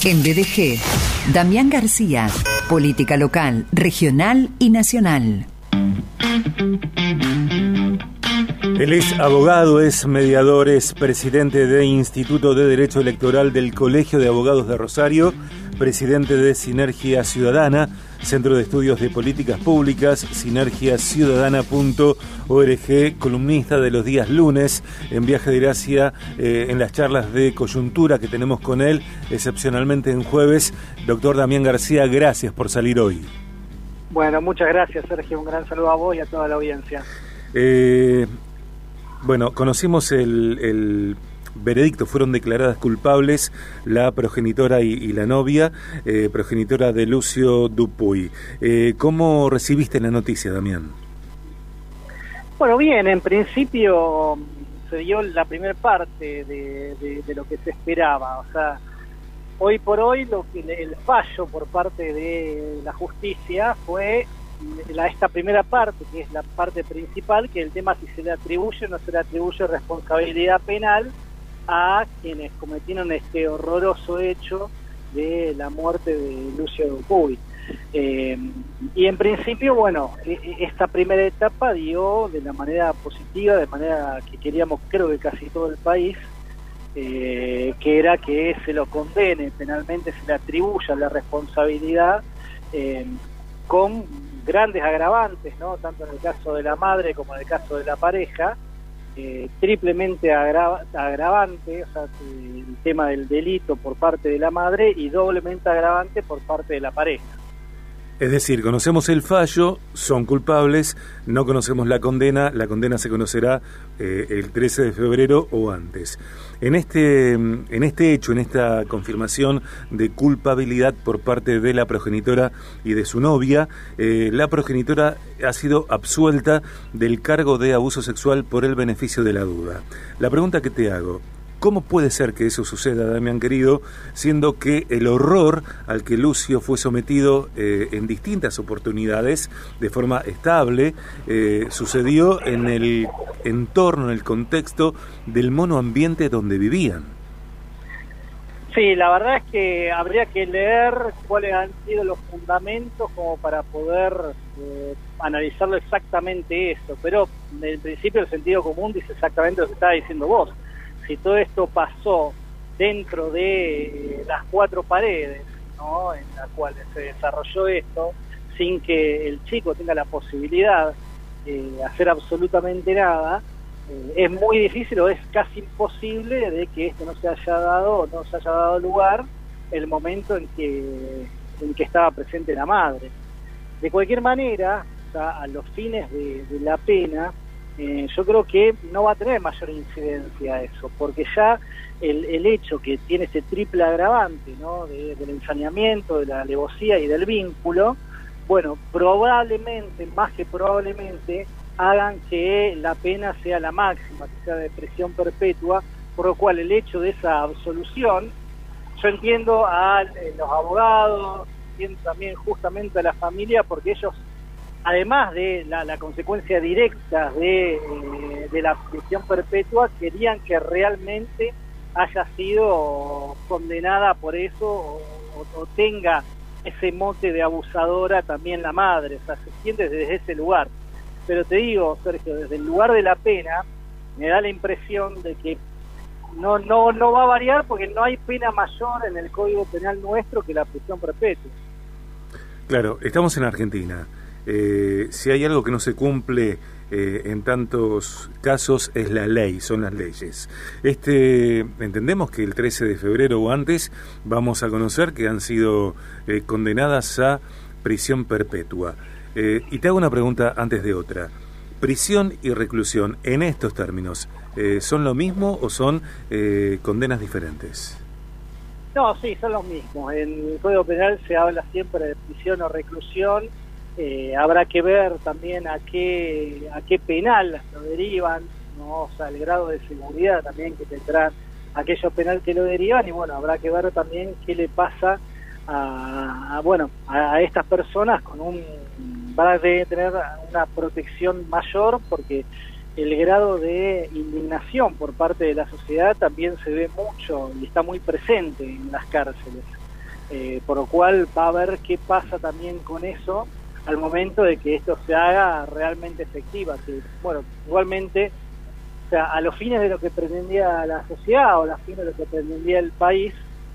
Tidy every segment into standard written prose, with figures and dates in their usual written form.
En BDG, Damián García, política local, regional y nacional. Él es abogado, es mediador, es presidente del Instituto de Derecho Electoral del Colegio de Abogados de Rosario, presidente de Sinergia Ciudadana, Centro de Estudios de Políticas Públicas, sinergiaciudadana.org, columnista de los días lunes en Viaje de Gracia, en las charlas de coyuntura que tenemos con él, excepcionalmente en jueves. Doctor Damián García, gracias por salir hoy. Bueno, muchas gracias, Sergio. Un gran saludo a vos y a toda la audiencia. Bueno, conocimos el veredicto, fueron declaradas culpables la progenitora y la novia, progenitora de Lucio Dupuy. ¿Cómo recibiste la noticia, Damián? Bueno, bien, en principio se dio la primera parte de lo que se esperaba. O sea, hoy por hoy el fallo por parte de la justicia fue esta primera parte, que es la parte principal, que el tema si se le atribuye o no se le atribuye responsabilidad penal a quienes cometieron este horroroso hecho de la muerte de Lucio Dupuy. Y en principio, bueno, esta primera etapa dio de la manera positiva, de manera que queríamos, creo que casi todo el país, que era que se lo condene penalmente, se le atribuya la responsabilidad con grandes agravantes, ¿no? Tanto en el caso de la madre como en el caso de la pareja, triplemente agravante, o sea, el tema del delito por parte de la madre, y doblemente agravante por parte de la pareja. Es decir, conocemos el fallo, son culpables, no conocemos la condena se conocerá el 13 de febrero o antes. En este hecho, en esta confirmación de culpabilidad por parte de la progenitora y de su novia, la progenitora ha sido absuelta del cargo de abuso sexual por el beneficio de la duda. La pregunta que te hago: ¿cómo puede ser que eso suceda, Damián querido, siendo que el horror al que Lucio fue sometido en distintas oportunidades, de forma estable, sucedió en el entorno, en el contexto del monoambiente donde vivían? Sí, la verdad es que habría que leer cuáles han sido los fundamentos como para poder analizarlo exactamente eso, pero en principio el sentido común dice exactamente lo que estaba diciendo vos. Si todo esto pasó dentro de las cuatro paredes, ¿no?, en las cuales se desarrolló esto, sin que el chico tenga la posibilidad de hacer absolutamente nada, es muy difícil o es casi imposible de que esto no se haya dado o no se haya dado lugar el momento en que estaba presente la madre. De cualquier manera, o sea, a los fines de la pena, yo creo que no va a tener mayor incidencia eso, porque ya el hecho que tiene ese triple agravante, ¿no?, del ensañamiento, de la alevosía y del vínculo, bueno, probablemente, más que probablemente, hagan que la pena sea la máxima, que sea de prisión perpetua, por lo cual el hecho de esa absolución, yo entiendo a los abogados, entiendo también justamente a la familia, porque ellos, además de la consecuencia directa de la prisión perpetua, querían que realmente haya sido condenada por eso o tenga ese mote de abusadora también la madre, o sea, se siente desde ese lugar. Pero te digo, Sergio, desde el lugar de la pena, me da la impresión de que no va a variar, porque no hay pena mayor en el Código Penal nuestro que la prisión perpetua. Claro, estamos en Argentina. Si hay algo que no se cumple en tantos casos es la ley, son las leyes. Entendemos que el 13 de febrero o antes vamos a conocer que han sido condenadas a prisión perpetua. Y te hago una pregunta antes de otra. ¿Prisión y reclusión en estos términos son lo mismo o son condenas diferentes? No, sí, son los mismos. En el Código Penal se habla siempre de prisión o reclusión. Habrá que ver también a qué penal lo derivan, ¿no? O sea, el grado de seguridad también que tendrán aquellos penal que lo derivan, y bueno, habrá que ver también qué le pasa a estas personas van a tener una protección mayor, porque el grado de indignación por parte de la sociedad también se ve mucho y está muy presente en las cárceles. por lo cual va a ver qué pasa también con eso al momento de que esto se haga realmente efectiva, que bueno, igualmente, o sea, a los fines de lo que pretendía la sociedad o a los fines de lo que pretendía el país,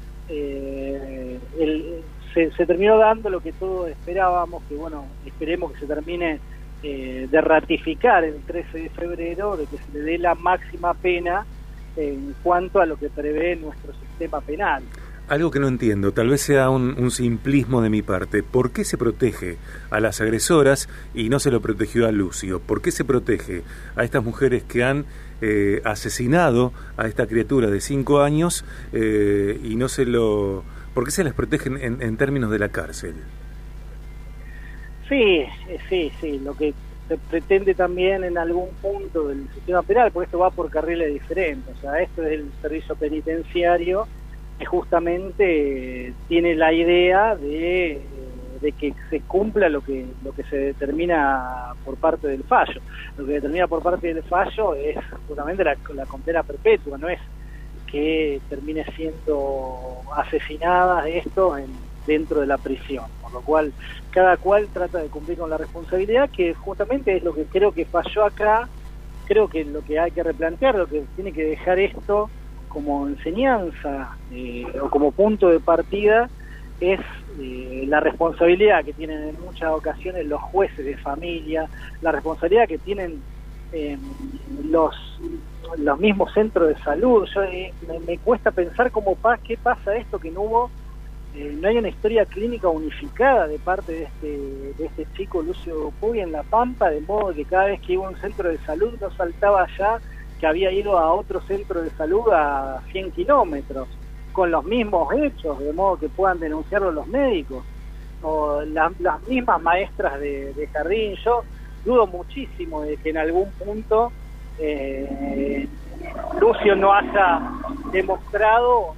se terminó dando lo que todos esperábamos, que bueno, esperemos que se termine de ratificar el 13 de febrero, de que se le dé la máxima pena en cuanto a lo que prevé nuestro sistema penal. Algo que no entiendo, tal vez sea un simplismo de mi parte. ¿Por qué se protege a las agresoras y no se lo protegió a Lucio? ¿Por qué se protege a estas mujeres que han asesinado a esta criatura de 5 años y no se lo... ¿Por qué se les protege en términos de la cárcel? Sí, lo que se pretende también en algún punto del sistema penal, porque esto va por carriles diferentes, o sea, esto es el servicio penitenciario, que justamente tiene la idea de que se cumpla lo que se determina por parte del fallo. Lo que determina por parte del fallo es justamente la condena perpetua, no es que termine siendo asesinada esto dentro de la prisión, por lo cual cada cual trata de cumplir con la responsabilidad, que justamente es lo que creo que falló acá. Creo que lo que hay que replantear, lo que tiene que dejar esto como enseñanza o como punto de partida es la responsabilidad que tienen en muchas ocasiones los jueces de familia, la responsabilidad que tienen los mismos centros de salud. Me cuesta pensar qué pasa esto, que no hay una historia clínica unificada de parte de este chico Lucio Puy en La Pampa, de modo que cada vez que iba a un centro de salud no saltaba allá que había ido a otro centro de salud a 100 kilómetros, con los mismos hechos, de modo que puedan denunciarlo los médicos, o las mismas maestras de jardín. Yo dudo muchísimo de que en algún punto Lucio no haya demostrado,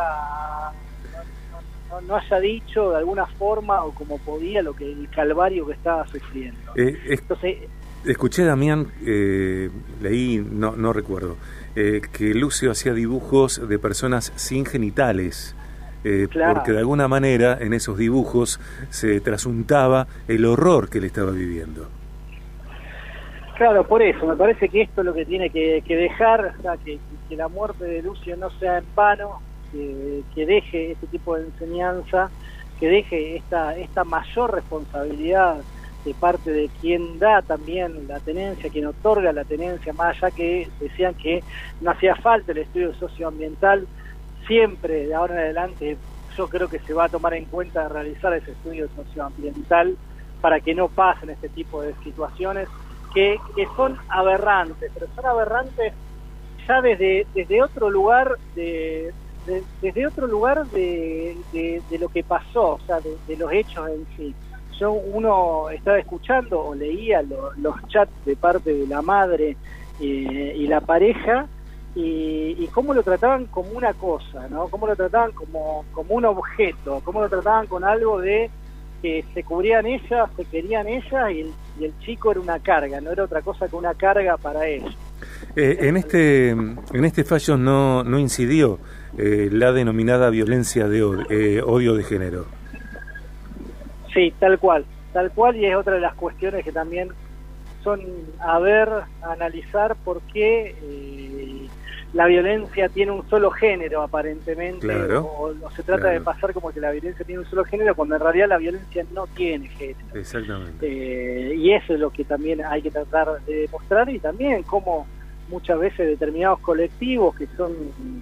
no haya dicho de alguna forma o como podía lo que el calvario que estaba sufriendo. Entonces, escuché, Damián, leí, no recuerdo, que Lucio hacía dibujos de personas sin genitales, claro, porque de alguna manera en esos dibujos se trasuntaba el horror que él estaba viviendo. Claro, por eso, me parece que esto es lo que tiene que dejar, o sea, que la muerte de Lucio no sea en vano, que deje este tipo de enseñanza, que deje esta mayor responsabilidad de parte de quien da también la tenencia, quien otorga la tenencia, más allá que decían que no hacía falta el estudio socioambiental. Siempre, de ahora en adelante, yo creo que se va a tomar en cuenta realizar ese estudio socioambiental para que no pasen este tipo de situaciones que son aberrantes, pero son aberrantes ya desde otro lugar desde otro lugar de lo que pasó, o sea, de los hechos en sí. Uno estaba escuchando o leía los chats de parte de la madre y la pareja, y cómo lo trataban como una cosa, ¿no? Cómo lo trataban como un objeto, cómo lo trataban con algo de que se cubrían ellas, se querían ellas, y el chico era una carga, no era otra cosa que una carga para ellos. En este fallo no incidió la denominada violencia de odio de género. Sí, tal cual, y es otra de las cuestiones que también son a analizar por qué la violencia tiene un solo género aparentemente, claro, o se trata de pasar como que la violencia tiene un solo género, cuando en realidad la violencia no tiene género. Exactamente. Y eso es lo que también hay que tratar de demostrar, y también cómo muchas veces determinados colectivos que son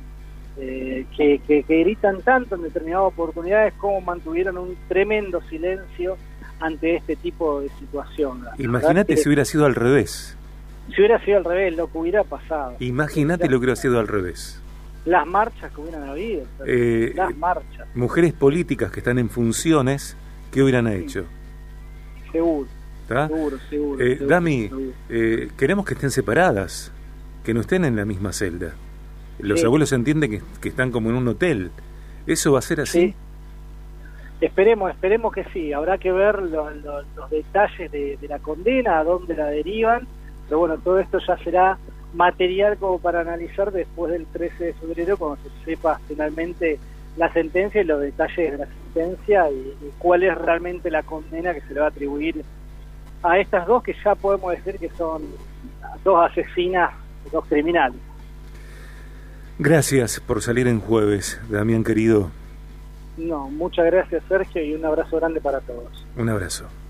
que gritan tanto en determinadas oportunidades, como mantuvieron un tremendo silencio ante este tipo de situación. Imagínate si hubiera sido al revés. Si hubiera sido al revés, lo que hubiera pasado. Imagínate lo que hubiera sido al revés. Las marchas que hubieran habido. Las marchas. Mujeres políticas que están en funciones, ¿qué hubieran hecho? Seguro. ¿Tá? Seguro. Dami, queremos que estén separadas, que no estén en la misma celda. Los abuelos entienden que están como en un hotel. ¿Eso va a ser así? Sí. Esperemos que sí. Habrá que ver los detalles de la condena, a dónde la derivan. Pero bueno, todo esto ya será material como para analizar después del 13 de febrero, cuando se sepa finalmente la sentencia y los detalles de la sentencia y cuál es realmente la condena que se le va a atribuir a estas dos, que ya podemos decir que son dos asesinas, dos criminales. Gracias por salir en jueves, Damián querido. No, muchas gracias, Sergio, y un abrazo grande para todos. Un abrazo.